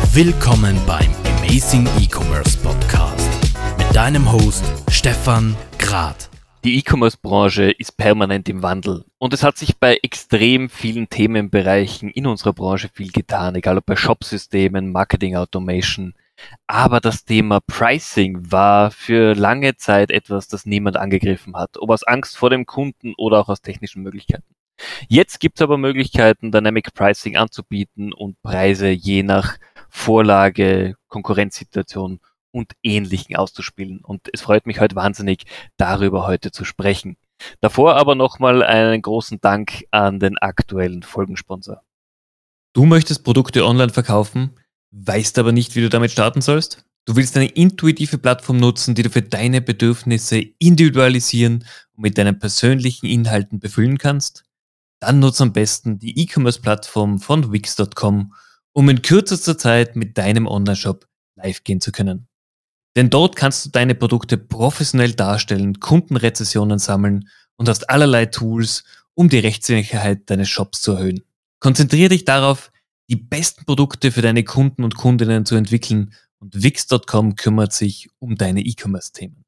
Willkommen beim Amazing E-Commerce Podcast mit deinem Host Stefan Grad. Die E-Commerce-Branche ist permanent im Wandel und es hat sich bei extrem vielen Themenbereichen in unserer Branche viel getan, egal ob bei Shopsystemen, Marketing Automation. Aber das Thema Pricing war für lange Zeit etwas, das niemand angegriffen hat, ob aus Angst vor dem Kunden oder auch aus technischen Möglichkeiten. Jetzt gibt es aber Möglichkeiten, Dynamic Pricing anzubieten und Preise je nach Vorlage, Konkurrenzsituation und Ähnlichen auszuspielen. Und es freut mich heute wahnsinnig, darüber heute zu sprechen. Davor aber nochmal einen großen Dank an den aktuellen Folgensponsor. Du möchtest Produkte online verkaufen, weißt aber nicht, wie du damit starten sollst? Du willst eine intuitive Plattform nutzen, die du für deine Bedürfnisse individualisieren und mit deinen persönlichen Inhalten befüllen kannst? Dann nutze am besten die E-Commerce-Plattform von Wix.com, um in kürzester Zeit mit deinem Online-Shop live gehen zu können. Denn dort kannst du deine Produkte professionell darstellen, Kundenrezessionen sammeln und hast allerlei Tools, um die Rechtssicherheit deines Shops zu erhöhen. Konzentriere dich darauf, die besten Produkte für deine Kunden und Kundinnen zu entwickeln und Wix.com kümmert sich um deine E-Commerce-Themen.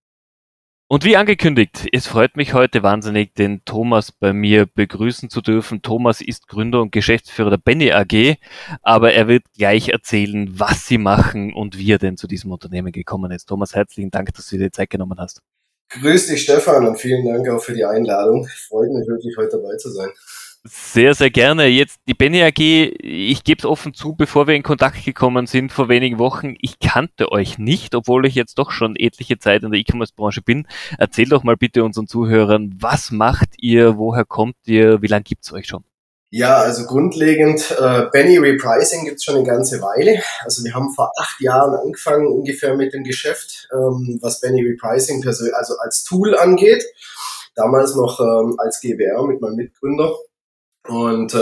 Und wie angekündigt, es freut mich heute wahnsinnig, den Thomas bei mir begrüßen zu dürfen. Thomas ist Gründer und Geschäftsführer der Benny AG, aber er wird gleich erzählen, was sie machen und wie er denn zu diesem Unternehmen gekommen ist. Thomas, herzlichen Dank, dass du dir die Zeit genommen hast. Grüß dich, Stefan, und vielen Dank auch für die Einladung. Freut mich wirklich, heute dabei zu sein. Sehr, sehr gerne. Jetzt die Benny AG, ich gebe es offen zu, bevor wir in Kontakt gekommen sind vor wenigen Wochen, ich kannte euch nicht, obwohl ich jetzt doch schon etliche Zeit in der E-Commerce-Branche bin. Erzähl doch mal bitte unseren Zuhörern, was macht ihr, woher kommt ihr, wie lange gibt es euch schon? Ja, also grundlegend, Benny Repricing gibt's schon eine ganze Weile. Also wir haben vor 8 Jahren angefangen ungefähr mit dem Geschäft, was Benny Repricing also als Tool angeht. Damals noch als GbR mit meinem Mitgründer. Und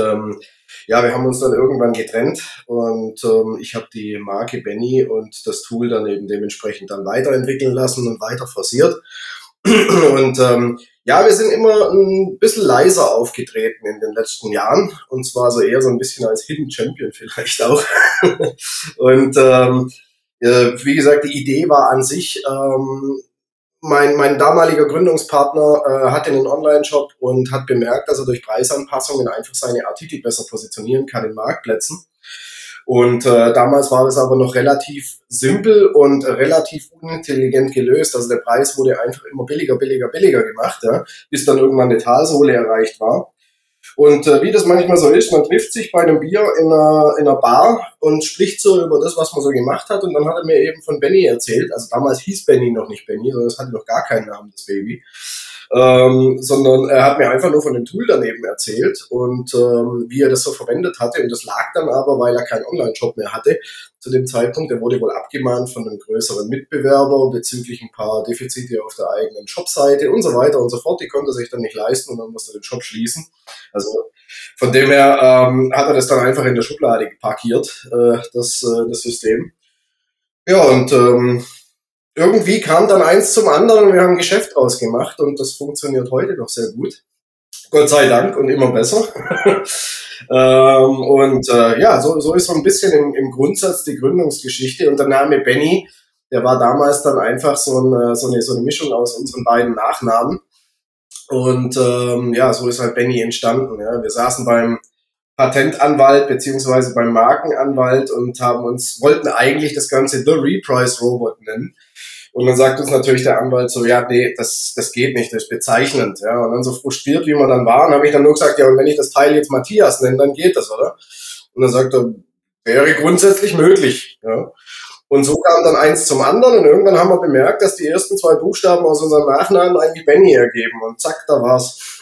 ja, wir haben uns dann irgendwann getrennt und ich habe die Marke Benny und das Tool dann eben dementsprechend dann weiterentwickeln lassen und weiter forciert. Und ja, wir sind immer ein bisschen leiser aufgetreten in den letzten Jahren und zwar so eher so ein bisschen als Hidden Champion vielleicht auch. Und wie gesagt, die Idee war an sich, mein damaliger Gründungspartner hatte einen Online-Shop und hat bemerkt, dass er durch Preisanpassungen einfach seine Artikel besser positionieren kann in Marktplätzen. Und damals war das aber noch relativ simpel und relativ unintelligent gelöst. Also der Preis wurde einfach immer billiger gemacht, ja, bis dann irgendwann eine Talsohle erreicht war. Und wie das manchmal so ist, man trifft sich bei einem Bier in einer Bar und spricht so über das, was man so gemacht hat. Und dann hat er mir eben von Benny erzählt. Also damals hieß Benny noch nicht Benny, sondern es hatte noch gar keinen Namen, das Baby. Sondern er hat mir einfach nur von dem Tool daneben erzählt und wie er das so verwendet hatte. Und das lag dann aber, weil er keinen Online-Shop mehr hatte. Zu dem Zeitpunkt, der wurde wohl abgemahnt von einem größeren Mitbewerber bezüglich ein paar Defizite auf der eigenen Shopseite und so weiter und so fort. Die konnte er sich dann nicht leisten und dann musste er den Shop schließen. Also von dem her hat er das dann einfach in der Schublade parkiert, das System. Ja, und irgendwie kam dann eins zum anderen und wir haben ein Geschäft draus gemacht und das funktioniert heute noch sehr gut. Gott sei Dank und immer besser. Ja, so ist so ein bisschen im Grundsatz die Gründungsgeschichte. Und der Name Benny, der war damals dann einfach so eine Mischung aus unseren beiden Nachnamen. Und ja, so ist halt Benny entstanden. Ja. Wir saßen beim Patentanwalt beziehungsweise beim Markenanwalt und wollten eigentlich das Ganze The Reprice Robot nennen. Und dann sagt uns natürlich der Anwalt so, ja, nee, das geht nicht, das ist bezeichnend. Ja. Und dann so frustriert, wie wir dann waren, habe ich dann nur gesagt, ja, und wenn ich das Teil jetzt Matthias nenne, dann geht das, oder? Und dann sagt er, wäre grundsätzlich möglich. Ja. Und so kam dann eins zum anderen und irgendwann haben wir bemerkt, dass die ersten 2 Buchstaben aus unserem Nachnamen eigentlich Benny ergeben. Und zack, da war's.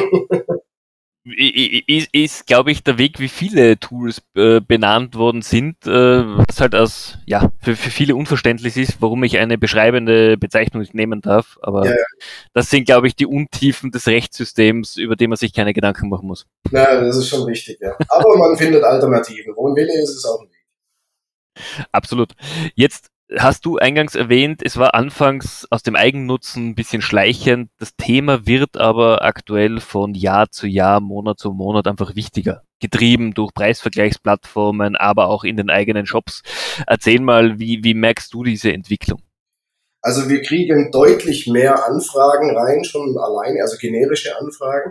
Ist, glaube ich, der Weg, wie viele Tools benannt worden sind, was halt für viele unverständlich ist, warum ich eine beschreibende Bezeichnung nicht nehmen darf. Aber ja. Das sind, glaube ich, die Untiefen des Rechtssystems, über die man sich keine Gedanken machen muss. Na, das ist schon richtig, ja. Aber man findet Alternativen. Wo ein Wille ist, ist auch ein Weg. Absolut. Jetzt hast du eingangs erwähnt, es war anfangs aus dem Eigennutzen ein bisschen schleichend. Das Thema wird aber aktuell von Jahr zu Jahr, Monat zu Monat einfach wichtiger. Getrieben durch Preisvergleichsplattformen, aber auch in den eigenen Shops. Erzähl mal, wie merkst du diese Entwicklung? Also wir kriegen deutlich mehr Anfragen rein, schon alleine, also generische Anfragen.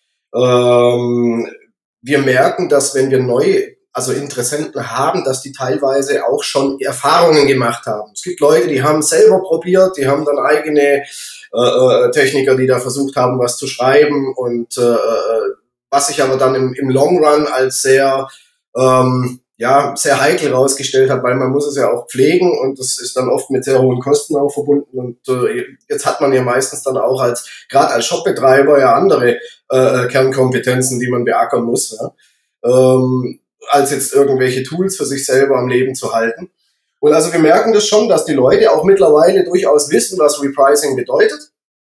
Wir merken, dass wenn wir also Interessenten haben, dass die teilweise auch schon Erfahrungen gemacht haben. Es gibt Leute, die haben selber probiert, die haben dann eigene Techniker, die da versucht haben, was zu schreiben und was sich aber dann im Long Run als sehr sehr heikel rausgestellt hat, weil man muss es ja auch pflegen und das ist dann oft mit sehr hohen Kosten auch verbunden und jetzt hat man ja meistens dann auch gerade als Shopbetreiber ja andere Kernkompetenzen, die man beackern muss, ja? Als jetzt irgendwelche Tools für sich selber am Leben zu halten. Und also wir merken das schon, dass die Leute auch mittlerweile durchaus wissen, was Repricing bedeutet.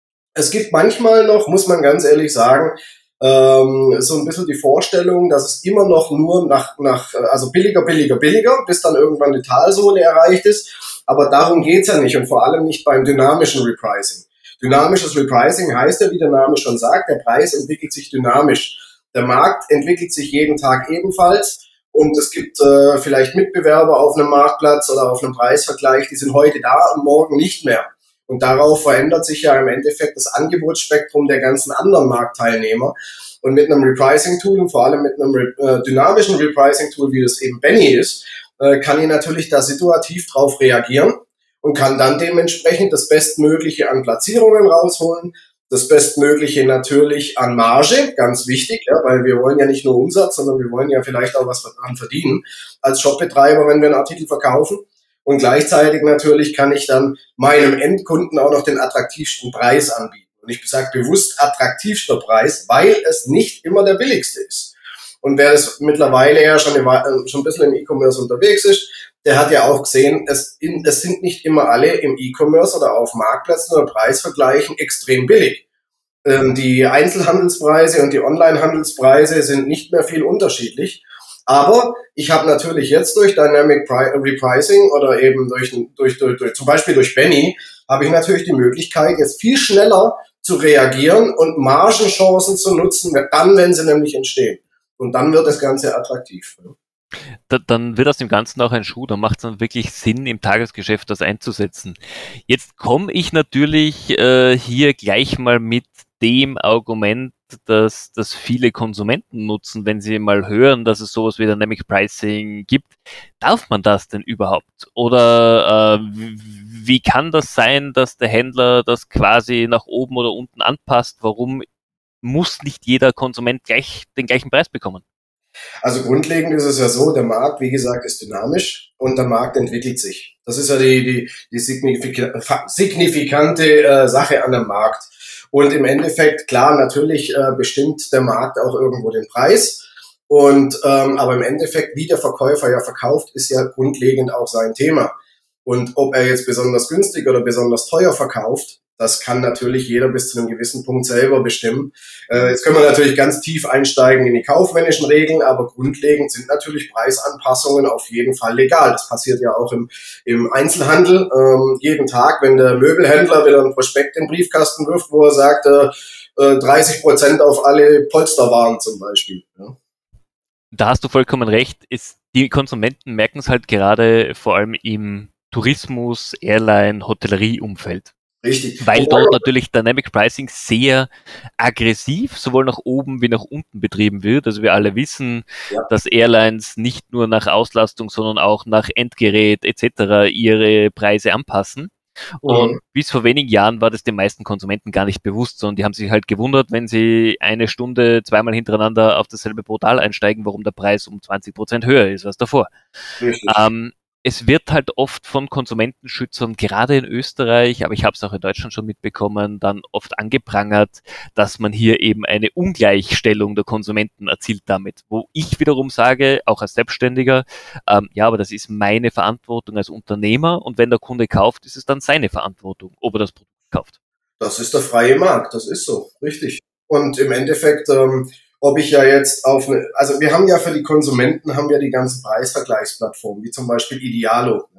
Es gibt manchmal noch, muss man ganz ehrlich sagen, so ein bisschen die Vorstellung, dass es immer noch nur also billiger, bis dann irgendwann die Talsohle erreicht ist. Aber darum geht's ja nicht und vor allem nicht beim dynamischen Repricing. Dynamisches Repricing heißt ja, wie der Name schon sagt, der Preis entwickelt sich dynamisch. Der Markt entwickelt sich jeden Tag ebenfalls und es gibt vielleicht Mitbewerber auf einem Marktplatz oder auf einem Preisvergleich, die sind heute da und morgen nicht mehr. Und darauf verändert sich ja im Endeffekt das Angebotsspektrum der ganzen anderen Marktteilnehmer. Und mit einem Repricing-Tool und vor allem mit einem dynamischen Repricing-Tool, wie das eben Benny ist, kann ich natürlich da situativ drauf reagieren und kann dann dementsprechend das Bestmögliche an Platzierungen rausholen, das Bestmögliche natürlich an Marge, ganz wichtig, ja, weil wir wollen ja nicht nur Umsatz, sondern wir wollen ja vielleicht auch was dran verdienen als Shopbetreiber, wenn wir einen Artikel verkaufen. Und gleichzeitig natürlich kann ich dann meinem Endkunden auch noch den attraktivsten Preis anbieten. Und ich sage bewusst attraktivster Preis, weil es nicht immer der billigste ist. Und wer das mittlerweile ja schon ein bisschen im E-Commerce unterwegs ist, der hat ja auch gesehen, es sind nicht immer alle im E-Commerce oder auf Marktplätzen oder Preisvergleichen extrem billig. Die Einzelhandelspreise und die Online-Handelspreise sind nicht mehr viel unterschiedlich. Aber ich habe natürlich jetzt durch Dynamic Repricing oder eben durch zum Beispiel durch Benny, habe ich natürlich die Möglichkeit, jetzt viel schneller zu reagieren und Margenchancen zu nutzen, wenn sie nämlich entstehen. Und dann wird das Ganze attraktiv. Dann wird aus dem Ganzen auch ein Schuh, dann macht es dann wirklich Sinn, im Tagesgeschäft das einzusetzen. Jetzt komme ich natürlich hier gleich mal mit dem Argument, dass viele Konsumenten nutzen, wenn sie mal hören, dass es sowas wie Dynamic Pricing gibt. Darf man das denn überhaupt? Oder wie kann das sein, dass der Händler das quasi nach oben oder unten anpasst? Warum muss nicht jeder Konsument den gleichen Preis bekommen? Also grundlegend ist es ja so, der Markt, wie gesagt, ist dynamisch und der Markt entwickelt sich. Das ist ja die signifikante Sache an dem Markt. Und im Endeffekt, klar, natürlich bestimmt der Markt auch irgendwo den Preis. Aber im Endeffekt, wie der Verkäufer ja verkauft, ist ja grundlegend auch sein Thema. Und ob er jetzt besonders günstig oder besonders teuer verkauft, das kann natürlich jeder bis zu einem gewissen Punkt selber bestimmen. Jetzt können wir natürlich ganz tief einsteigen in die kaufmännischen Regeln, aber grundlegend sind natürlich Preisanpassungen auf jeden Fall legal. Das passiert ja auch im Einzelhandel jeden Tag, wenn der Möbelhändler wieder ein Prospekt in den Briefkasten wirft, wo er sagt, 30% auf alle Polsterwaren zum Beispiel. Ja. Da hast du vollkommen recht. Die Konsumenten merken es halt gerade vor allem im Tourismus, Airline, Hotellerie-Umfeld. Richtig. Weil dort natürlich Dynamic Pricing sehr aggressiv sowohl nach oben wie nach unten betrieben wird. Also wir alle wissen, dass Airlines nicht nur nach Auslastung, sondern auch nach Endgerät etc. ihre Preise anpassen. Und bis vor wenigen Jahren war das den meisten Konsumenten gar nicht bewusst, sondern die haben sich halt gewundert, wenn sie eine Stunde zweimal hintereinander auf dasselbe Portal einsteigen, warum der Preis um 20% höher ist als davor. Es wird halt oft von Konsumentenschützern, gerade in Österreich, aber ich habe es auch in Deutschland schon mitbekommen, dann oft angeprangert, dass man hier eben eine Ungleichstellung der Konsumenten erzielt damit. Wo ich wiederum sage, auch als Selbstständiger, aber das ist meine Verantwortung als Unternehmer und wenn der Kunde kauft, ist es dann seine Verantwortung, ob er das Produkt kauft. Das ist der freie Markt, das ist so, richtig. Und im Endeffekt, ob ich ja jetzt also wir haben ja für die Konsumenten die ganzen Preisvergleichsplattformen, wie zum Beispiel Idealo. Ja.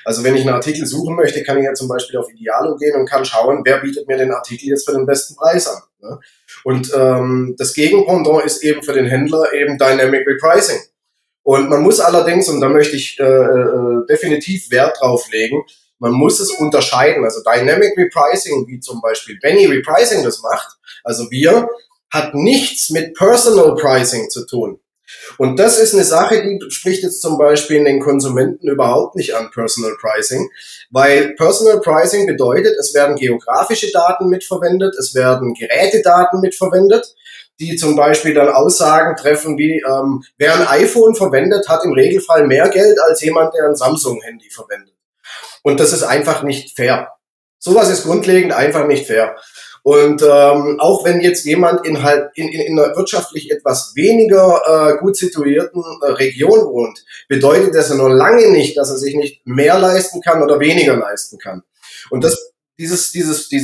Also wenn ich einen Artikel suchen möchte, kann ich ja zum Beispiel auf Idealo gehen und kann schauen, wer bietet mir den Artikel jetzt für den besten Preis an. Ne? Und das Gegenpendant ist eben für den Händler eben Dynamic Repricing. Und man muss allerdings, und da möchte ich definitiv Wert drauf legen, man muss es unterscheiden. Also Dynamic Repricing, wie zum Beispiel Benny Repricing das macht, also wir, hat nichts mit Personal Pricing zu tun. Und das ist eine Sache, die spricht jetzt zum Beispiel den Konsumenten überhaupt nicht an, Personal Pricing, weil Personal Pricing bedeutet, es werden geografische Daten mitverwendet, es werden Gerätedaten mitverwendet, die zum Beispiel dann Aussagen treffen wie, wer ein iPhone verwendet, hat im Regelfall mehr Geld als jemand, der ein Samsung-Handy verwendet. Und das ist einfach nicht fair. Sowas ist grundlegend einfach nicht fair. Und auch wenn jetzt jemand in einer wirtschaftlich etwas weniger gut situierten Region wohnt, bedeutet das ja noch lange nicht, dass er sich nicht mehr leisten kann oder weniger leisten kann. Und dieses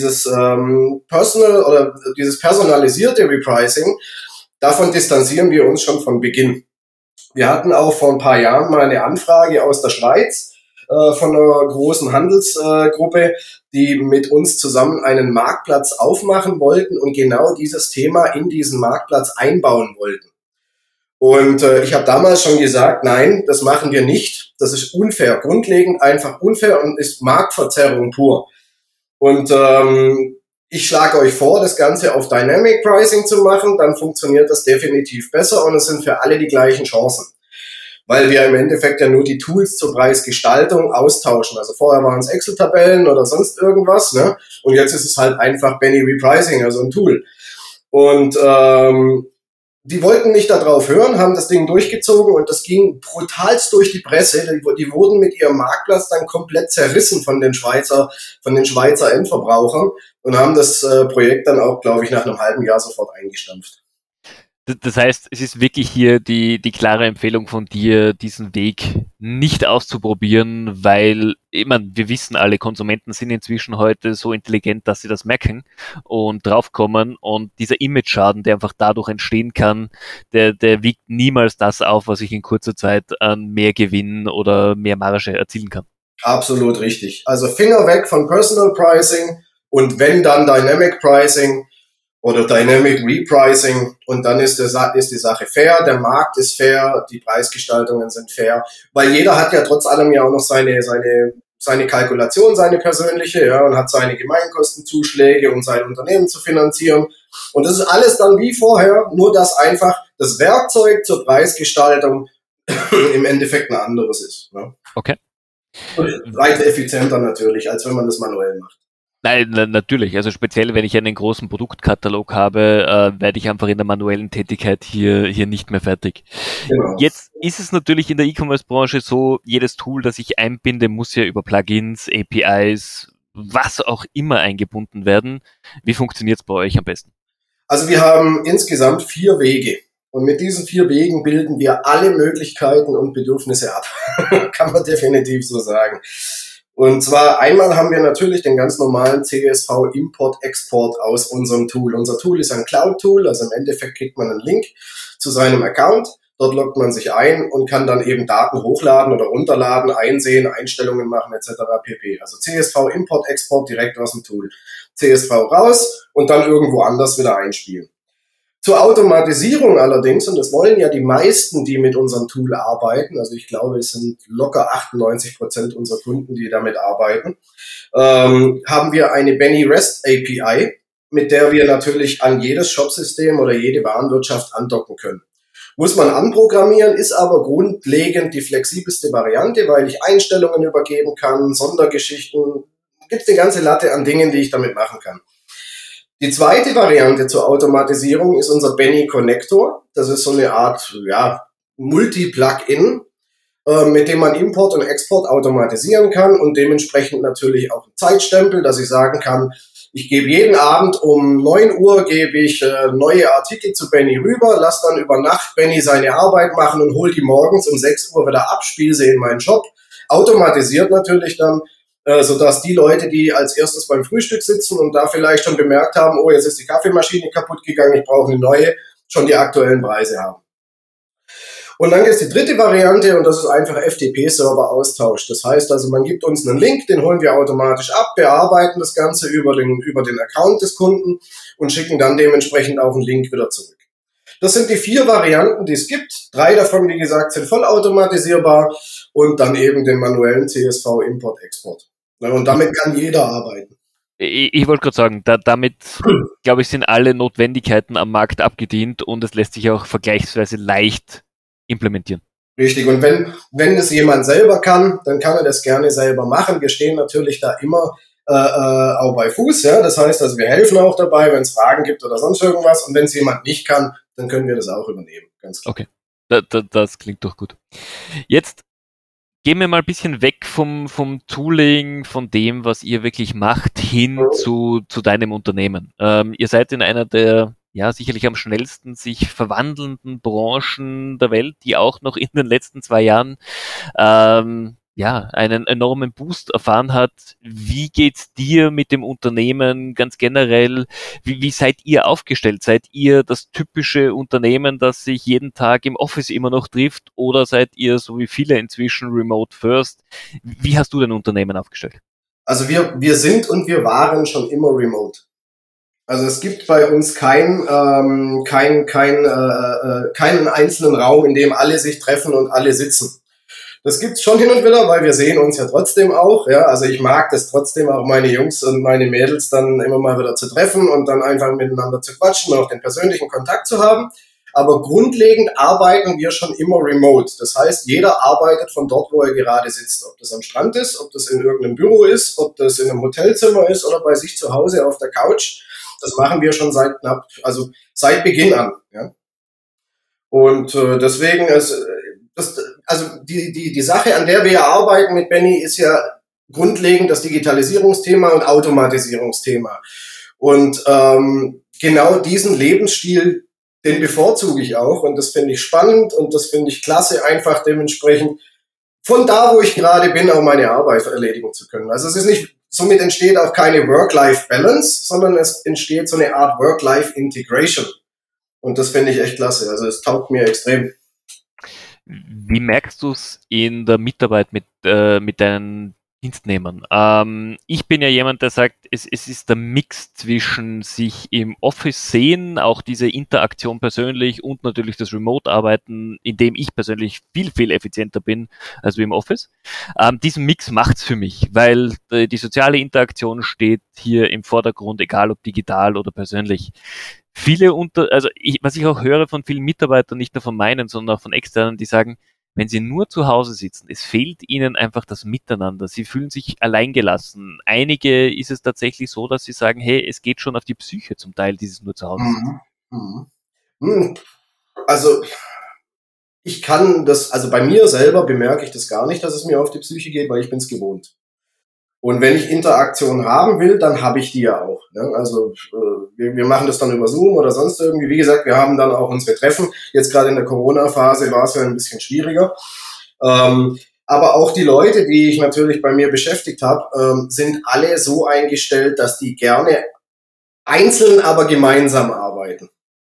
Personal oder dieses personalisierte Repricing, davon distanzieren wir uns schon von Beginn. Wir hatten auch vor ein paar Jahren mal eine Anfrage aus der Schweiz von einer großen Handelsgruppe, die mit uns zusammen einen Marktplatz aufmachen wollten und genau dieses Thema in diesen Marktplatz einbauen wollten. Und ich habe damals schon gesagt, nein, das machen wir nicht. Das ist unfair, grundlegend einfach unfair und ist Marktverzerrung pur. Und ich schlage euch vor, das Ganze auf Dynamic Pricing zu machen, dann funktioniert das definitiv besser und es sind für alle die gleichen Chancen. Weil wir im Endeffekt ja nur die Tools zur Preisgestaltung austauschen. Also vorher waren es Excel-Tabellen oder sonst irgendwas, ne? Und jetzt ist es halt einfach Benny Repricing, also ein Tool. Und die wollten nicht darauf hören, haben das Ding durchgezogen und das ging brutalst durch die Presse. Die wurden mit ihrem Marktplatz dann komplett zerrissen von den Schweizer Endverbrauchern und haben das Projekt dann auch, glaube ich, nach einem halben Jahr sofort eingestampft. Das heißt, es ist wirklich hier die klare Empfehlung von dir, diesen Weg nicht auszuprobieren, weil, ich meine, wir wissen alle, Konsumenten sind inzwischen heute so intelligent, dass sie das merken und draufkommen und dieser Image-Schaden, der einfach dadurch entstehen kann, der wiegt niemals das auf, was ich in kurzer Zeit an mehr Gewinn oder mehr Marge erzielen kann. Absolut richtig. Also Finger weg von Personal Pricing und wenn dann Dynamic Pricing oder Dynamic Repricing und dann ist die Sache fair, der Markt ist fair, die Preisgestaltungen sind fair, weil jeder hat ja trotz allem ja auch noch seine Kalkulation, seine persönliche, ja, und hat seine Gemeinkostenzuschläge, um sein Unternehmen zu finanzieren und das ist alles dann wie vorher, nur dass einfach das Werkzeug zur Preisgestaltung im Endeffekt ein anderes ist. Ne? Okay. Und weit effizienter natürlich, als wenn man das manuell macht. Nein, natürlich. Also speziell, wenn ich einen großen Produktkatalog habe, werde ich einfach in der manuellen Tätigkeit hier nicht mehr fertig. Genau. Jetzt ist es natürlich in der E-Commerce-Branche so, jedes Tool, das ich einbinde, muss ja über Plugins, APIs, was auch immer eingebunden werden. Wie funktioniert es bei euch am besten? Also wir haben insgesamt 4 Wege. Und mit diesen 4 Wegen bilden wir alle Möglichkeiten und Bedürfnisse ab. Kann man definitiv so sagen. Und zwar einmal haben wir natürlich den ganz normalen CSV Import-Export aus unserem Tool. Unser Tool ist ein Cloud-Tool, also im Endeffekt kriegt man einen Link zu seinem Account. Dort loggt man sich ein und kann dann eben Daten hochladen oder runterladen, einsehen, Einstellungen machen etc. pp. Also CSV Import-Export direkt aus dem Tool. CSV raus und dann irgendwo anders wieder einspielen. Zur Automatisierung allerdings, und das wollen ja die meisten, die mit unserem Tool arbeiten, also ich glaube, es sind locker 98% unserer Kunden, die damit arbeiten, haben wir eine Benny REST API, mit der wir natürlich an jedes Shopsystem oder jede Warenwirtschaft andocken können. Muss man anprogrammieren, ist aber grundlegend die flexibelste Variante, weil ich Einstellungen übergeben kann, Sondergeschichten, gibt es eine ganze Latte an Dingen, die ich damit machen kann. Die zweite Variante zur Automatisierung ist unser Benny Connector. Das ist so eine Art Multi-Plugin, mit dem man Import und Export automatisieren kann und dementsprechend natürlich auch einen Zeitstempel, dass ich sagen kann, ich gebe jeden Abend um 9 Uhr neue Artikel zu Benny rüber, lass dann über Nacht Benny seine Arbeit machen und hol die morgens um 6 Uhr wieder ab, spiele sie in meinen Shop. Automatisiert natürlich dann, sodass die Leute, die als erstes beim Frühstück sitzen und da vielleicht schon bemerkt haben, oh, jetzt ist die Kaffeemaschine kaputt gegangen, ich brauche eine neue, schon die aktuellen Preise haben. Und dann gibt es die dritte Variante und das ist einfach FTP-Server-Austausch. Das heißt also, man gibt uns einen Link, den holen wir automatisch ab, bearbeiten das Ganze über den Account des Kunden und schicken dann dementsprechend auch einen Link wieder zurück. Das sind die 4 Varianten, die es gibt. 3 davon, wie gesagt, sind vollautomatisierbar und dann eben den manuellen CSV Import-Export. Und damit kann jeder arbeiten. Ich wollte gerade sagen, damit, glaube ich, sind alle Notwendigkeiten am Markt abgedient und es lässt sich auch vergleichsweise leicht implementieren. Richtig, und wenn es jemand selber kann, dann kann er das gerne selber machen. Wir stehen natürlich da immer auch bei Fuß, ja. Das heißt also, wir helfen auch dabei, wenn es Fragen gibt oder sonst irgendwas. Und wenn es jemand nicht kann, dann können wir das auch übernehmen, ganz klar. Okay, das klingt doch gut. Jetzt gehen wir mal ein bisschen weg vom Tooling, von dem, was ihr wirklich macht, hin zu deinem Unternehmen. Ihr seid in einer der sicherlich am schnellsten sich verwandelnden Branchen der Welt, die auch noch in den letzten 2 Jahren einen enormen Boost erfahren hat. Wie geht's dir mit dem Unternehmen ganz generell? Wie seid ihr aufgestellt? Seid ihr das typische Unternehmen, das sich jeden Tag im Office immer noch trifft, oder seid ihr, so wie viele inzwischen, remote first? Wie hast du dein Unternehmen aufgestellt? Also wir sind und wir waren schon immer remote. Also es gibt bei uns keinen einzelnen Raum, in dem alle sich treffen und alle sitzen. Das gibt's schon hin und wieder, weil wir sehen uns ja trotzdem auch. Ja, also ich mag das trotzdem auch, meine Jungs und meine Mädels dann immer mal wieder zu treffen und dann einfach miteinander zu quatschen und auch den persönlichen Kontakt zu haben. Aber grundlegend arbeiten wir schon immer remote. Das heißt, jeder arbeitet von dort, wo er gerade sitzt. Ob das am Strand ist, ob das in irgendeinem Büro ist, ob das in einem Hotelzimmer ist oder bei sich zu Hause auf der Couch. Das machen wir schon seit Beginn an. Ja. Und deswegen ist die Sache, an der wir ja arbeiten mit Benny, ist ja grundlegend das Digitalisierungsthema und Automatisierungsthema. Und genau diesen Lebensstil, den bevorzuge ich auch und das finde ich spannend und das finde ich klasse, einfach dementsprechend von da, wo ich gerade bin, auch meine Arbeit erledigen zu können. Also es ist nicht, somit entsteht auch keine Work-Life-Balance, sondern es entsteht so eine Art Work-Life-Integration. Und das finde ich echt klasse. Also es taugt mir extrem. Wie merkst du es in der Mitarbeit mit deinen Dienstnehmern? Ich bin ja jemand, der sagt, es ist der Mix zwischen sich im Office sehen, auch diese Interaktion persönlich und natürlich das Remote-Arbeiten, in dem ich persönlich viel, viel effizienter bin als wie im Office. Diesen Mix macht's für mich, weil die soziale Interaktion steht hier im Vordergrund, egal ob digital oder persönlich. Was ich auch höre von vielen Mitarbeitern, nicht nur von meinen, sondern auch von externen, die sagen, wenn sie nur zu Hause sitzen, es fehlt ihnen einfach das Miteinander. Sie fühlen sich alleingelassen. Einige ist es tatsächlich so, dass sie sagen, hey, es geht schon auf die Psyche zum Teil, dieses nur zu Hause sitzen. Also ich kann das, also bei mir selber bemerke ich das gar nicht, dass es mir auf die Psyche geht, weil ich bin es gewohnt. Und wenn ich Interaktion haben will, dann habe ich die ja auch. Ne? Also wir machen das dann über Zoom oder sonst irgendwie. Wie gesagt, wir haben dann auch unsere Treffen. Jetzt gerade in der Corona-Phase war es ja ein bisschen schwieriger. Aber auch die Leute, die ich natürlich bei mir beschäftigt habe, sind alle so eingestellt, dass die gerne einzeln, aber gemeinsam arbeiten.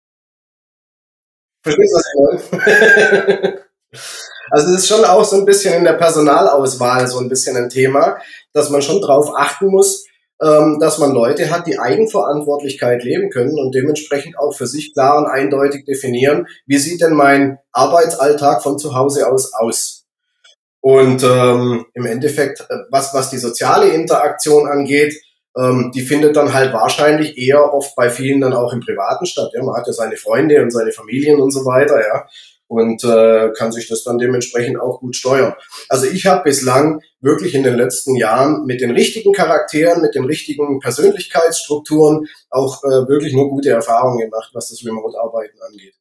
Verstehst du, was ich meine? Also es ist schon auch so ein bisschen in der Personalauswahl so ein bisschen ein Thema, dass man schon drauf achten muss, dass man Leute hat, die Eigenverantwortlichkeit leben können und dementsprechend auch für sich klar und eindeutig definieren, wie sieht denn mein Arbeitsalltag von zu Hause aus. Und im Endeffekt, was die soziale Interaktion angeht, die findet dann halt wahrscheinlich eher oft bei vielen dann auch im Privaten statt. Ja, man hat ja seine Freunde und seine Familien und so weiter, ja. Und kann sich das dann dementsprechend auch gut steuern. Also ich habe bislang wirklich in den letzten Jahren mit den richtigen Charakteren, mit den richtigen Persönlichkeitsstrukturen auch wirklich nur gute Erfahrungen gemacht, was das Remote-Arbeiten angeht.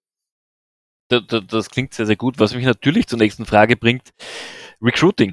Das klingt sehr, sehr gut. Was mich natürlich zur nächsten Frage bringt, Recruiting.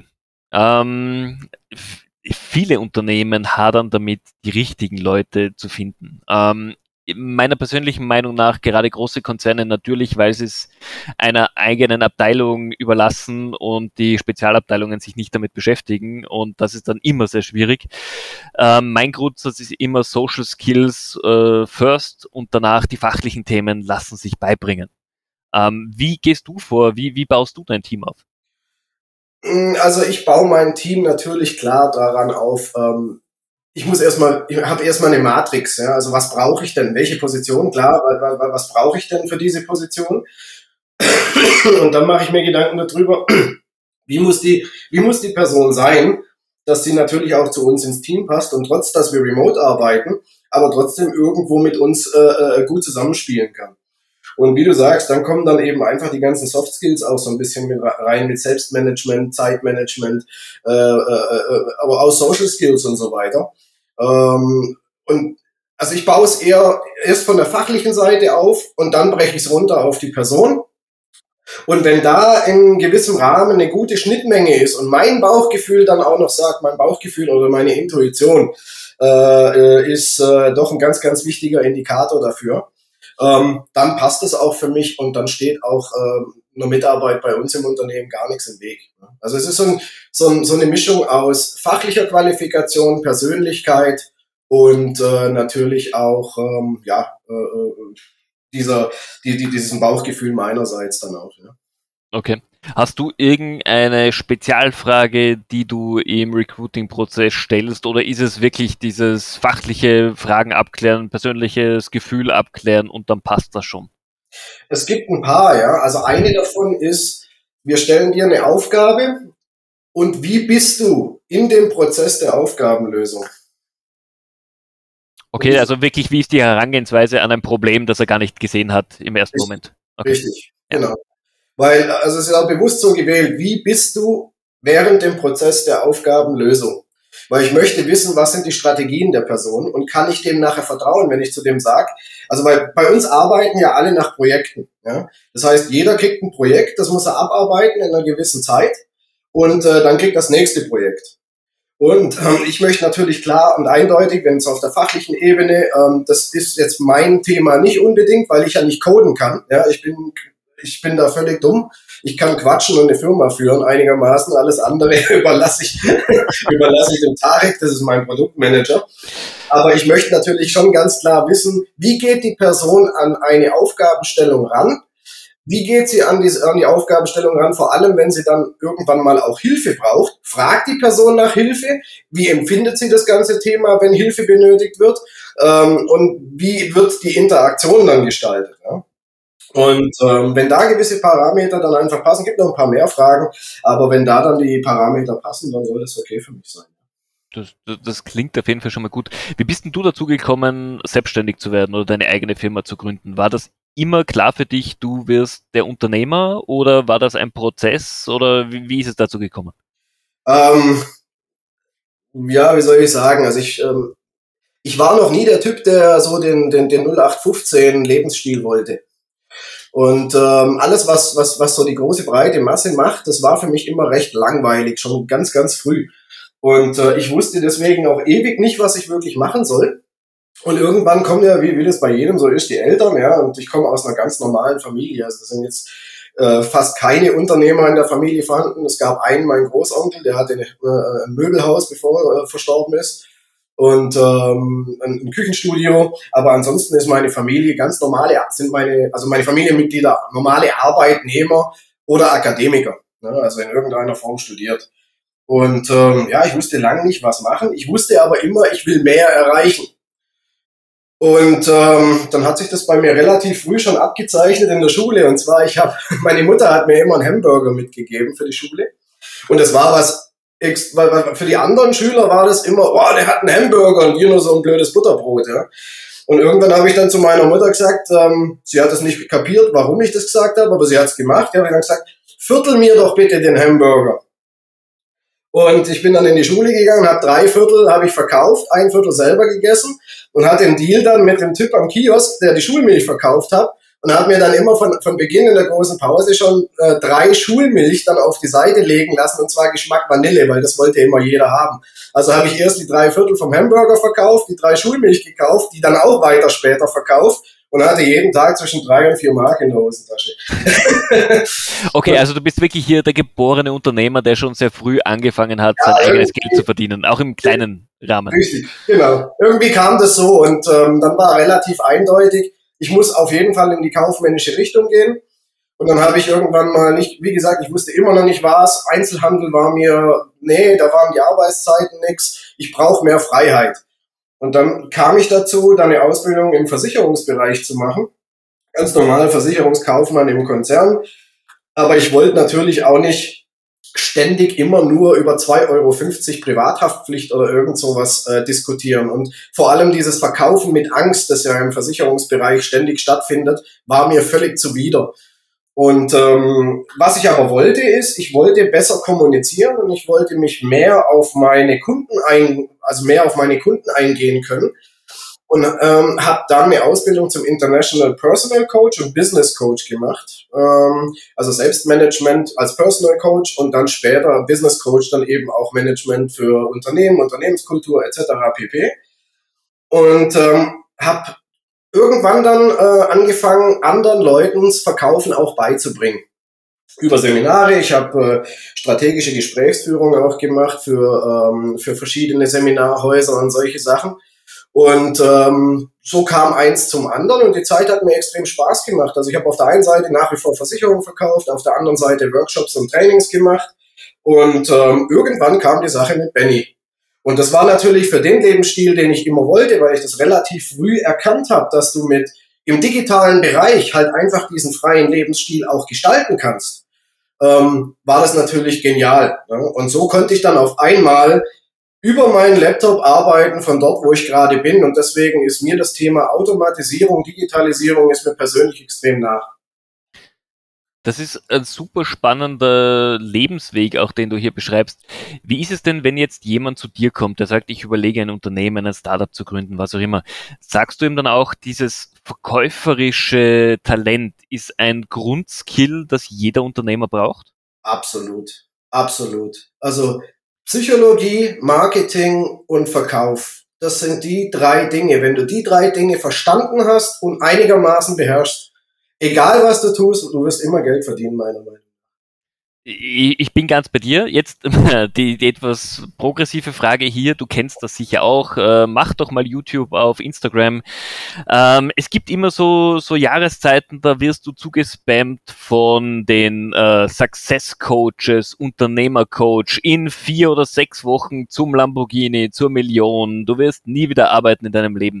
Viele Unternehmen hadern damit, die richtigen Leute zu finden. Meiner persönlichen Meinung nach gerade große Konzerne natürlich, weil sie es einer eigenen Abteilung überlassen und die Spezialabteilungen sich nicht damit beschäftigen und das ist dann immer sehr schwierig. Mein Grundsatz ist immer Social Skills first und danach die fachlichen Themen lassen sich beibringen. Wie gehst du vor? Wie baust du dein Team auf? Also ich baue mein Team natürlich klar daran auf, ich habe erstmal eine Matrix, ja, also was brauche ich denn, welche Position, klar, was brauche ich denn für diese Position? Und dann mache ich mir Gedanken darüber, wie muss die Person sein, dass sie natürlich auch zu uns ins Team passt und trotz, dass wir remote arbeiten, aber trotzdem irgendwo mit uns gut zusammenspielen kann. Und wie du sagst, dann kommen dann eben einfach die ganzen Soft Skills auch so ein bisschen mit rein, mit Selbstmanagement, Zeitmanagement, aber auch Social Skills und so weiter. Und also ich baue es eher erst von der fachlichen Seite auf und dann breche ich es runter auf die Person. Und wenn da in gewissem Rahmen eine gute Schnittmenge ist und mein Bauchgefühl dann auch noch sagt, mein Bauchgefühl oder meine Intuition ist doch ein ganz, ganz wichtiger Indikator dafür, dann passt es auch für mich und dann steht auch einer Mitarbeit bei uns im Unternehmen gar nichts im Weg. Also es ist so eine Mischung aus fachlicher Qualifikation, Persönlichkeit und natürlich auch diesen Bauchgefühl meinerseits dann auch. Ja. Okay. Hast du irgendeine Spezialfrage, die du im Recruiting-Prozess stellst, oder ist es wirklich dieses fachliche Fragen abklären, persönliches Gefühl abklären und dann passt das schon? Es gibt ein paar, ja. Also eine davon ist, wir stellen dir eine Aufgabe und wie bist du in dem Prozess der Aufgabenlösung? Okay, also wirklich, wie ist die Herangehensweise an ein Problem, das er gar nicht gesehen hat im ersten Moment? Okay. Richtig, genau. Weil, also es ist auch bewusst so gewählt, wie bist du während dem Prozess der Aufgabenlösung? Weil ich möchte wissen, was sind die Strategien der Person und kann ich dem nachher vertrauen, wenn ich zu dem sage. Also weil bei uns arbeiten ja alle nach Projekten. Ja? Das heißt, jeder kriegt ein Projekt, das muss er abarbeiten in einer gewissen Zeit und dann kriegt das nächste Projekt. Und ich möchte natürlich klar und eindeutig, wenn es auf der fachlichen Ebene, das ist jetzt mein Thema nicht unbedingt, weil ich ja nicht coden kann. Ja, ich bin da völlig dumm. Ich kann quatschen und eine Firma führen einigermaßen. Alles andere überlasse ich dem Tarek, das ist mein Produktmanager. Aber ich möchte natürlich schon ganz klar wissen, wie geht die Person an eine Aufgabenstellung ran? Wie geht sie an die Aufgabenstellung ran? Vor allem, wenn sie dann irgendwann mal auch Hilfe braucht. Fragt die Person nach Hilfe? Wie empfindet sie das ganze Thema, wenn Hilfe benötigt wird? Und wie wird die Interaktion dann gestaltet? Ja? Und wenn da gewisse Parameter dann einfach passen, gibt noch ein paar mehr Fragen, aber wenn da dann die Parameter passen, dann soll das okay für mich sein. Das klingt auf jeden Fall schon mal gut. Wie bist denn du dazu gekommen, selbstständig zu werden oder deine eigene Firma zu gründen? War das immer klar für dich, du wirst der Unternehmer, oder war das ein Prozess, oder wie ist es dazu gekommen? Ja, wie soll ich sagen? Also ich war noch nie der Typ, der so den 0815 Lebensstil wollte. Und alles, was so die große breite Masse macht, das war für mich immer recht langweilig, schon ganz, ganz früh. Und ich wusste deswegen auch ewig nicht, was ich wirklich machen soll. Und irgendwann kommen ja, wie das bei jedem so ist, die Eltern, ja, und ich komme aus einer ganz normalen Familie. Also das sind jetzt fast keine Unternehmer in der Familie vorhanden. Es gab einen, mein Großonkel, der hatte ein Möbelhaus, bevor er verstorben ist. Und ein Küchenstudio, aber ansonsten ist meine Familie ganz normale, meine Familienmitglieder normale Arbeitnehmer oder Akademiker, ne, also in irgendeiner Form studiert. Und ich wusste lange nicht, was machen. Ich wusste aber immer, ich will mehr erreichen. Und dann hat sich das bei mir relativ früh schon abgezeichnet in der Schule. Und zwar, meine Mutter hat mir immer einen Hamburger mitgegeben für die Schule. Und das war weil für die anderen Schüler war das immer, oh, der hat einen Hamburger und wir nur so ein blödes Butterbrot, ja. Und irgendwann habe ich dann zu meiner Mutter gesagt, sie hat es nicht kapiert, warum ich das gesagt habe, aber sie hat es gemacht. Ich habe dann gesagt, viertel mir doch bitte den Hamburger. Und ich bin dann in die Schule gegangen, habe 3/4 habe ich verkauft, 1/4 selber gegessen und hatte den Deal dann mit dem Typ am Kiosk, der die Schulmilch verkauft hat. Und hat mir dann immer von Beginn in der großen Pause schon 3 Schulmilch dann auf die Seite legen lassen, und zwar Geschmack Vanille, weil das wollte immer jeder haben. Also habe ich erst die 3/4 vom Hamburger verkauft, die 3 Schulmilch gekauft, die dann auch weiter später verkauft und hatte jeden Tag zwischen 3 und 4 Mark in der Hosentasche. Okay, also du bist wirklich hier der geborene Unternehmer, der schon sehr früh angefangen hat, sein eigenes Geld zu verdienen, auch im kleinen Rahmen. Richtig, genau. Irgendwie kam das so und dann war relativ eindeutig, ich muss auf jeden Fall in die kaufmännische Richtung gehen. Und dann habe ich irgendwann mal nicht, wie gesagt, ich wusste immer noch nicht was. Einzelhandel war mir, nee, da waren die Arbeitszeiten nix. Ich brauche mehr Freiheit. Und dann kam ich dazu, da eine Ausbildung im Versicherungsbereich zu machen. Ganz normal Versicherungskaufmann im Konzern. Aber ich wollte natürlich auch nicht ständig immer nur über 2,50 € Privathaftpflicht oder irgend sowas diskutieren. Und vor allem dieses Verkaufen mit Angst, das ja im Versicherungsbereich ständig stattfindet, war mir völlig zuwider. Und was ich aber wollte, ist, ich wollte besser kommunizieren und ich wollte mich mehr auf meine Kunden eingehen können. Und habe dann eine Ausbildung zum International Personal Coach und Business Coach gemacht. Also Selbstmanagement als Personal Coach und dann später Business Coach, dann eben auch Management für Unternehmen, Unternehmenskultur etc. pp. Und habe irgendwann dann angefangen, anderen Leuten das Verkaufen auch beizubringen. Über Seminare, ich habe strategische Gesprächsführung auch gemacht für verschiedene Seminarhäuser und solche Sachen. Und so kam eins zum anderen und die Zeit hat mir extrem Spaß gemacht. Also ich habe auf der einen Seite nach wie vor Versicherungen verkauft, auf der anderen Seite Workshops und Trainings gemacht und irgendwann kam die Sache mit Benny. Und das war natürlich für den Lebensstil, den ich immer wollte, weil ich das relativ früh erkannt habe, dass du im digitalen Bereich halt einfach diesen freien Lebensstil auch gestalten kannst, war das natürlich genial. Ne? Und so konnte ich dann auf einmal über meinen Laptop arbeiten, von dort, wo ich gerade bin. Und deswegen ist mir das Thema Automatisierung, Digitalisierung ist mir persönlich extrem nah. Das ist ein super spannender Lebensweg, auch den du hier beschreibst. Wie ist es denn, wenn jetzt jemand zu dir kommt, der sagt, ich überlege ein Unternehmen, ein Startup zu gründen, was auch immer. Sagst du ihm dann auch, dieses verkäuferische Talent ist ein Grundskill, das jeder Unternehmer braucht? Absolut, absolut. Also Psychologie, Marketing und Verkauf, das sind die 3 Dinge. Wenn du die 3 Dinge verstanden hast und einigermaßen beherrschst, egal was du tust, du wirst immer Geld verdienen, meiner Meinung nach. Ich bin ganz bei dir. Jetzt die etwas progressive Frage hier. Du kennst das sicher auch. Mach doch mal YouTube auf Instagram. Es gibt immer so Jahreszeiten, da wirst du zugespammt von den Success Coaches, Unternehmercoach in 4 oder 6 Wochen zum Lamborghini, zur Million. Du wirst nie wieder arbeiten in deinem Leben.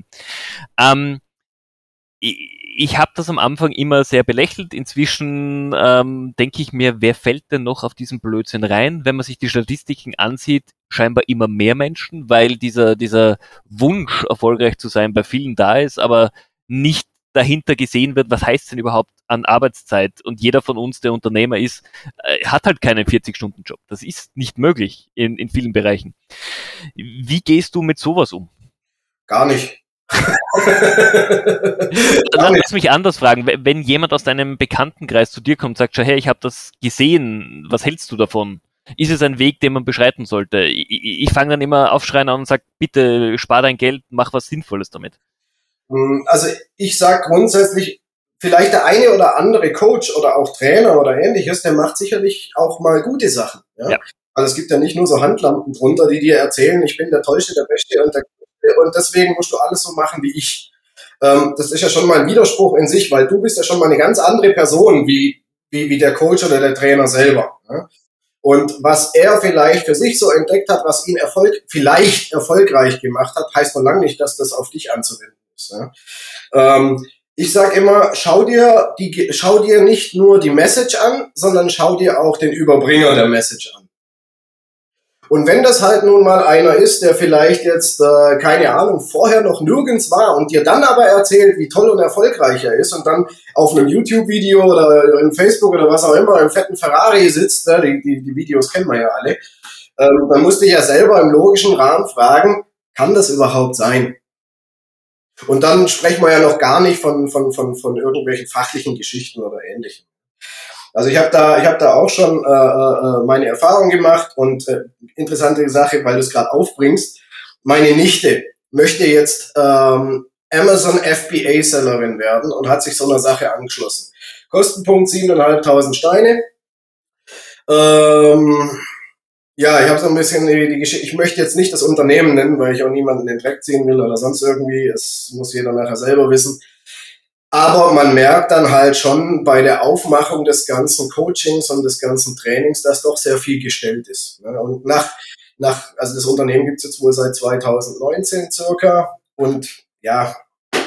Ich habe das am Anfang immer sehr belächelt. Inzwischen denke ich mir, wer fällt denn noch auf diesen Blödsinn rein? Wenn man sich die Statistiken ansieht, scheinbar immer mehr Menschen, weil dieser Wunsch, erfolgreich zu sein, bei vielen da ist, aber nicht dahinter gesehen wird, was heißt denn überhaupt an Arbeitszeit? Und jeder von uns, der Unternehmer ist, hat halt keinen 40-Stunden-Job. Das ist nicht möglich in vielen Bereichen. Wie gehst du mit sowas um? Gar nicht. Lass mich anders fragen. Wenn jemand aus deinem Bekanntenkreis zu dir kommt und sagt, schau her, ich habe das gesehen, was hältst du davon? Ist es ein Weg, den man beschreiten sollte? Ich fange dann immer aufschreien an und sage, bitte spar dein Geld, mach was Sinnvolles damit. Also ich sage grundsätzlich, vielleicht der eine oder andere Coach oder auch Trainer oder ähnliches, der macht sicherlich auch mal gute Sachen. Ja? Also es gibt ja nicht nur so Handlampen drunter, die dir erzählen, ich bin der Tollste, der Beste und deswegen musst du alles so machen wie ich. Das ist ja schon mal ein Widerspruch in sich, weil du bist ja schon mal eine ganz andere Person wie der Coach oder der Trainer selber. Ja? Und was er vielleicht für sich so entdeckt hat, was ihn vielleicht erfolgreich gemacht hat, heißt noch lange nicht, dass das auf dich anzuwenden ist. Ja? Ich sage immer, schau dir nicht nur die Message an, sondern schau dir auch den Überbringer der Message an. Und wenn das halt nun mal einer ist, der vielleicht jetzt, keine Ahnung, vorher noch nirgends war und dir dann aber erzählt, wie toll und erfolgreich er ist und dann auf einem YouTube-Video oder in Facebook oder was auch immer im fetten Ferrari sitzt, die Videos kennen wir ja alle, dann musst du dich ja selber im logischen Rahmen fragen, kann das überhaupt sein? Und dann sprechen wir ja noch gar nicht von irgendwelchen fachlichen Geschichten oder Ähnlichem. Also ich habe da auch schon meine Erfahrung gemacht und interessante Sache, weil du es gerade aufbringst. Meine Nichte möchte jetzt Amazon FBA-Sellerin werden und hat sich so einer Sache angeschlossen. Kostenpunkt 7.500 Steine. Ja, ich habe so ein bisschen die Geschichte. Ich möchte jetzt nicht das Unternehmen nennen, weil ich auch niemanden in den Dreck ziehen will oder sonst irgendwie. Es muss jeder nachher selber wissen. Aber man merkt dann halt schon bei der Aufmachung des ganzen Coachings und des ganzen Trainings, dass doch sehr viel gestellt ist. Und also das Unternehmen gibt es jetzt wohl seit 2019 circa. Und ja,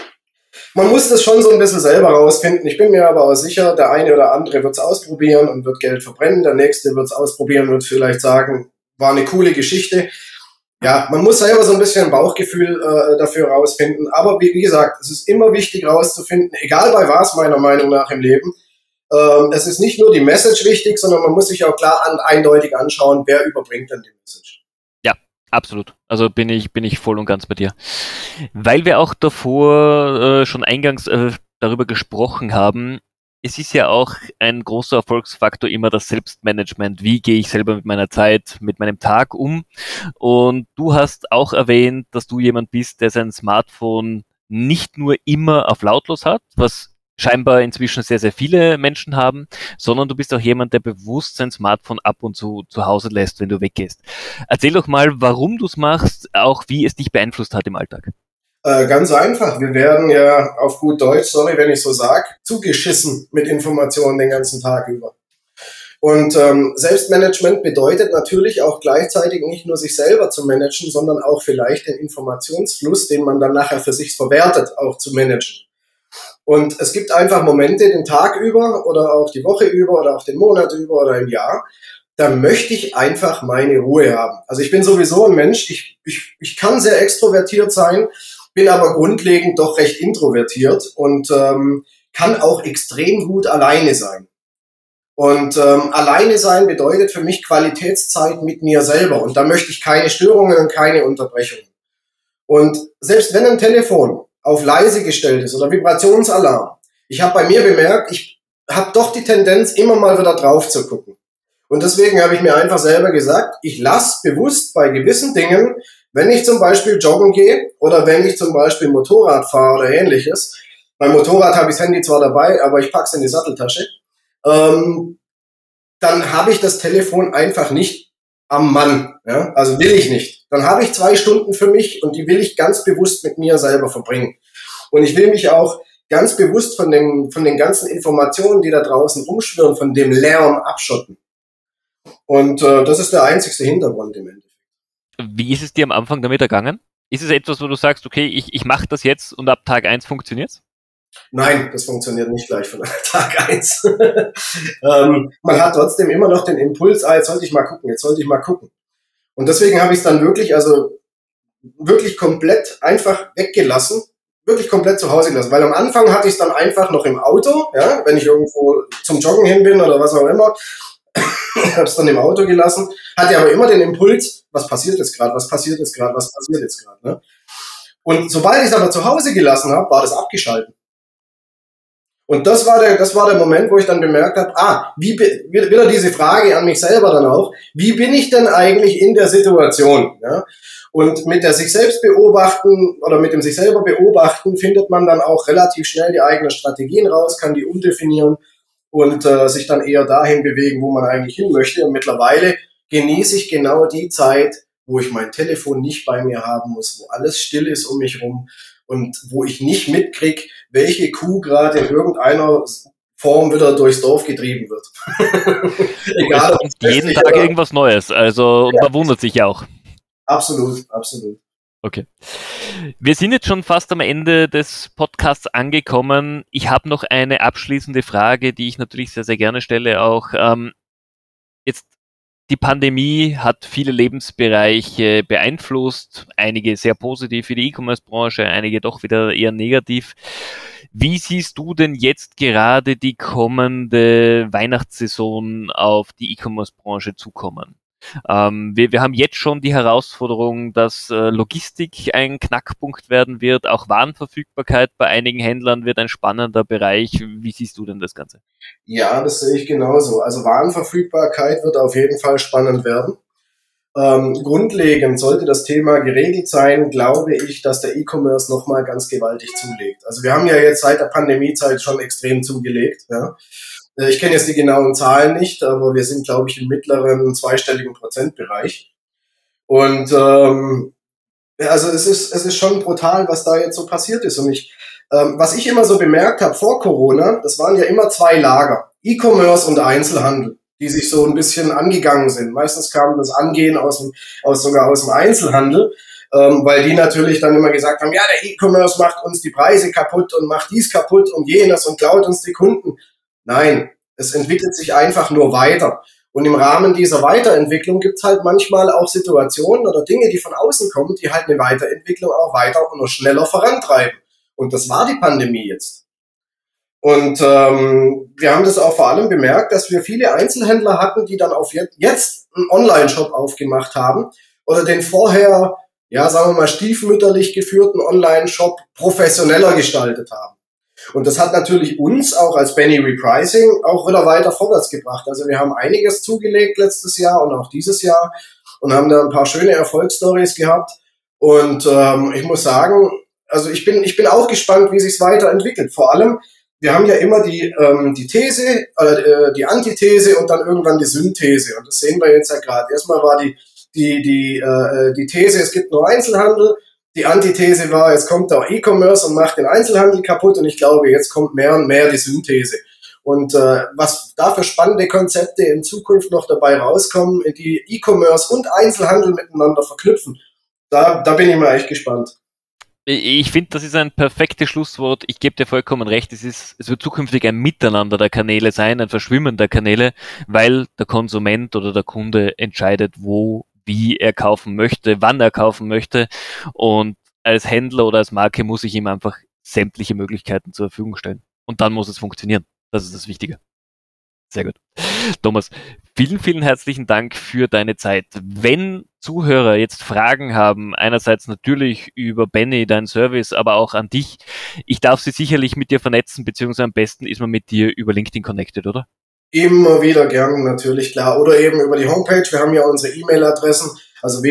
man muss das schon so ein bisschen selber rausfinden. Ich bin mir aber auch sicher, der eine oder andere wird es ausprobieren und wird Geld verbrennen. Der nächste wird es ausprobieren und wird vielleicht sagen, war eine coole Geschichte. Ja, man muss selber so ein bisschen ein Bauchgefühl dafür rausfinden. Aber wie gesagt, es ist immer wichtig rauszufinden, egal bei was meiner Meinung nach im Leben. Es ist nicht nur die Message wichtig, sondern man muss sich auch klar eindeutig anschauen, wer überbringt denn die Message. Ja, absolut. Also bin ich voll und ganz bei dir. Weil wir auch davor schon eingangs darüber gesprochen haben, es ist ja auch ein großer Erfolgsfaktor immer das Selbstmanagement. Wie gehe ich selber mit meiner Zeit, mit meinem Tag um? Und du hast auch erwähnt, dass du jemand bist, der sein Smartphone nicht nur immer auf lautlos hat, was scheinbar inzwischen sehr, sehr viele Menschen haben, sondern du bist auch jemand, der bewusst sein Smartphone ab und zu Hause lässt, wenn du weggehst. Erzähl doch mal, warum du es machst, auch wie es dich beeinflusst hat im Alltag. Ganz einfach. Wir werden ja auf gut Deutsch, sorry, wenn ich so sag, zugeschissen mit Informationen den ganzen Tag über. Und Selbstmanagement bedeutet natürlich auch gleichzeitig nicht nur sich selber zu managen, sondern auch vielleicht den Informationsfluss, den man dann nachher für sich verwertet, auch zu managen. Und es gibt einfach Momente den Tag über oder auch die Woche über oder auch den Monat über oder im Jahr, da möchte ich einfach meine Ruhe haben. Also ich bin sowieso ein Mensch, ich kann sehr extrovertiert sein, bin aber grundlegend doch recht introvertiert und kann auch extrem gut alleine sein. Und alleine sein bedeutet für mich Qualitätszeit mit mir selber. Und da möchte ich keine Störungen und keine Unterbrechungen. Und selbst wenn ein Telefon auf leise gestellt ist oder Vibrationsalarm, ich habe bei mir bemerkt, ich habe doch die Tendenz, immer mal wieder drauf zu gucken. Und deswegen habe ich mir einfach selber gesagt, ich lasse bewusst bei gewissen Dingen, wenn ich zum Beispiel joggen gehe oder wenn ich zum Beispiel Motorrad fahre oder ähnliches, beim Motorrad habe ich das Handy zwar dabei, aber ich packe es in die Satteltasche, dann habe ich das Telefon einfach nicht am Mann. Ja? Also will ich nicht. Dann habe ich 2 Stunden für mich und die will ich ganz bewusst mit mir selber verbringen. Und ich will mich auch ganz bewusst von den ganzen Informationen, die da draußen rumschwirren, von dem Lärm abschotten. Und das ist der einzigste Hintergrund im Endeffekt. Wie ist es dir am Anfang damit ergangen? Ist es etwas, wo du sagst, okay, ich mache das jetzt und ab Tag 1 funktioniert's? Nein, das funktioniert nicht gleich von Tag 1. Man hat trotzdem immer noch den Impuls, jetzt sollte ich mal gucken. Und deswegen habe ich es dann wirklich komplett einfach weggelassen, wirklich komplett zu Hause gelassen. Weil am Anfang hatte ich es dann einfach noch im Auto, ja, wenn ich irgendwo zum Joggen hin bin oder was auch immer, habe es dann im Auto gelassen, hatte aber immer den Impuls, was passiert jetzt gerade. Ne? Und sobald ich es aber zu Hause gelassen habe, war das abgeschaltet. Und das war der Moment, wo ich dann bemerkt habe, wieder diese Frage an mich selber dann auch, wie bin ich denn eigentlich in der Situation? Ja? Und mit dem sich selber beobachten, findet man dann auch relativ schnell die eigenen Strategien raus, kann die umdefinieren und sich dann eher dahin bewegen, wo man eigentlich hin möchte. Und mittlerweile genieße ich genau die Zeit, wo ich mein Telefon nicht bei mir haben muss, wo alles still ist um mich rum und wo ich nicht mitkriege, welche Kuh gerade in irgendeiner Form wieder durchs Dorf getrieben wird. Egal, es kommt jeden Tag irgendwas Neues, also ja. Man wundert sich ja auch. Absolut. Okay. Wir sind jetzt schon fast am Ende des Podcasts angekommen. Ich habe noch eine abschließende Frage, die ich natürlich sehr, sehr gerne stelle. Auch jetzt die Pandemie hat viele Lebensbereiche beeinflusst, einige sehr positiv für die E-Commerce-Branche, einige doch wieder eher negativ. Wie siehst du denn jetzt gerade die kommende Weihnachtssaison auf die E-Commerce-Branche zukommen? Wir haben jetzt schon die Herausforderung, dass Logistik ein Knackpunkt werden wird, auch Warenverfügbarkeit bei einigen Händlern wird ein spannender Bereich. Wie siehst du denn das Ganze? Ja, das sehe ich genauso. Also Warenverfügbarkeit wird auf jeden Fall spannend werden. Grundlegend sollte das Thema geregelt sein, glaube ich, dass der E-Commerce nochmal ganz gewaltig zulegt. Also wir haben ja jetzt seit der Pandemiezeit schon extrem zugelegt. Ja. Ich kenne jetzt die genauen Zahlen nicht, aber wir sind, glaube ich, im mittleren zweistelligen Prozentbereich. Und also es ist schon brutal, was da jetzt so passiert ist. Und ich Was ich immer so bemerkt habe vor Corona, das waren ja immer 2 Lager, E-Commerce und Einzelhandel, die sich so ein bisschen angegangen sind. Meistens kam das Angehen sogar aus dem Einzelhandel, weil die natürlich dann immer gesagt haben, ja, der E-Commerce macht uns die Preise kaputt und macht dies kaputt und jenes und klaut uns die Kunden. Nein, es entwickelt sich einfach nur weiter. Und im Rahmen dieser Weiterentwicklung gibt es halt manchmal auch Situationen oder Dinge, die von außen kommen, die halt eine Weiterentwicklung auch weiter und noch schneller vorantreiben. Und das war die Pandemie jetzt. Und wir haben das auch vor allem bemerkt, dass wir viele Einzelhändler hatten, die dann auf jetzt einen Online-Shop aufgemacht haben oder den vorher, ja, sagen wir mal, stiefmütterlich geführten Online-Shop professioneller gestaltet haben. Und das hat natürlich uns auch als Benny Repricing auch wieder weiter vorwärts gebracht. Also wir haben einiges zugelegt letztes Jahr und auch dieses Jahr und haben da ein paar schöne Erfolgsstories gehabt. Und ich muss sagen, also ich bin auch gespannt, wie sich's weiterentwickelt. Vor allem, wir haben ja immer die These, die Antithese und dann irgendwann die Synthese. Und das sehen wir jetzt ja gerade. Erstmal war die These, es gibt nur Einzelhandel. Die Antithese war, jetzt kommt der E-Commerce und macht den Einzelhandel kaputt. Und ich glaube, jetzt kommt mehr und mehr die Synthese. Und was da für spannende Konzepte in Zukunft noch dabei rauskommen, die E-Commerce und Einzelhandel miteinander verknüpfen, da bin ich mal echt gespannt. Ich finde, das ist ein perfektes Schlusswort. Ich gebe dir vollkommen recht. Es wird zukünftig ein Miteinander der Kanäle sein, ein Verschwimmen der Kanäle, weil der Konsument oder der Kunde entscheidet, wie er kaufen möchte, wann er kaufen möchte. Und als Händler oder als Marke muss ich ihm einfach sämtliche Möglichkeiten zur Verfügung stellen. Und dann muss es funktionieren. Das ist das Wichtige. Sehr gut. Thomas, vielen, vielen herzlichen Dank für deine Zeit. Wenn Zuhörer jetzt Fragen haben, einerseits natürlich über Benny, deinen Service, aber auch an dich, ich darf sie sicherlich mit dir vernetzen, beziehungsweise am besten ist man mit dir über LinkedIn connected, oder? Immer wieder gern, natürlich, klar. Oder eben über die Homepage. Wir haben ja unsere E-Mail-Adressen, also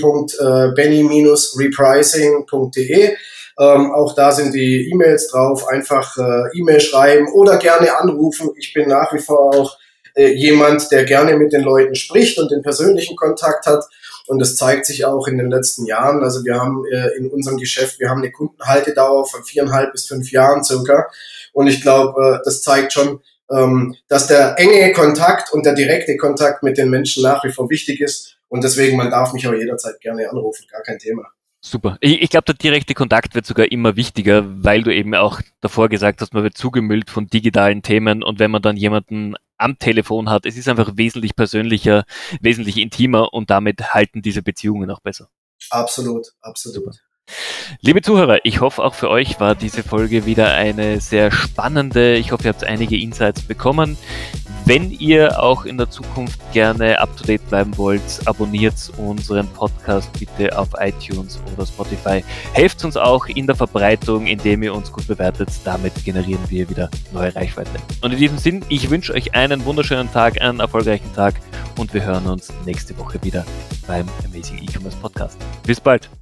www.benny-repricing.de. Auch da sind die E-Mails drauf. Einfach E-Mail schreiben oder gerne anrufen. Ich bin nach wie vor auch jemand, der gerne mit den Leuten spricht und den persönlichen Kontakt hat. Und das zeigt sich auch in den letzten Jahren. Also wir haben in unserem Geschäft, wir haben eine Kundenhaltedauer von 4,5 bis 5 Jahren circa. Und ich glaube, das zeigt schon, dass der enge Kontakt und der direkte Kontakt mit den Menschen nach wie vor wichtig ist. Und deswegen, man darf mich auch jederzeit gerne anrufen, gar kein Thema. Super. Ich glaube, der direkte Kontakt wird sogar immer wichtiger, weil du eben auch davor gesagt hast, man wird zugemüllt von digitalen Themen und wenn man dann jemanden am Telefon hat, es ist einfach wesentlich persönlicher, wesentlich intimer und damit halten diese Beziehungen auch besser. Absolut, absolut. Super. Liebe Zuhörer, ich hoffe auch für euch war diese Folge wieder eine sehr spannende. Ich hoffe, ihr habt einige Insights bekommen. Wenn ihr auch in der Zukunft gerne up-to-date bleiben wollt, abonniert unseren Podcast bitte auf iTunes oder Spotify. Helft uns auch in der Verbreitung, indem ihr uns gut bewertet. Damit generieren wir wieder neue Reichweite. Und in diesem Sinn, ich wünsche euch einen wunderschönen Tag, einen erfolgreichen Tag und wir hören uns nächste Woche wieder beim Amazing E-Commerce Podcast. Bis bald!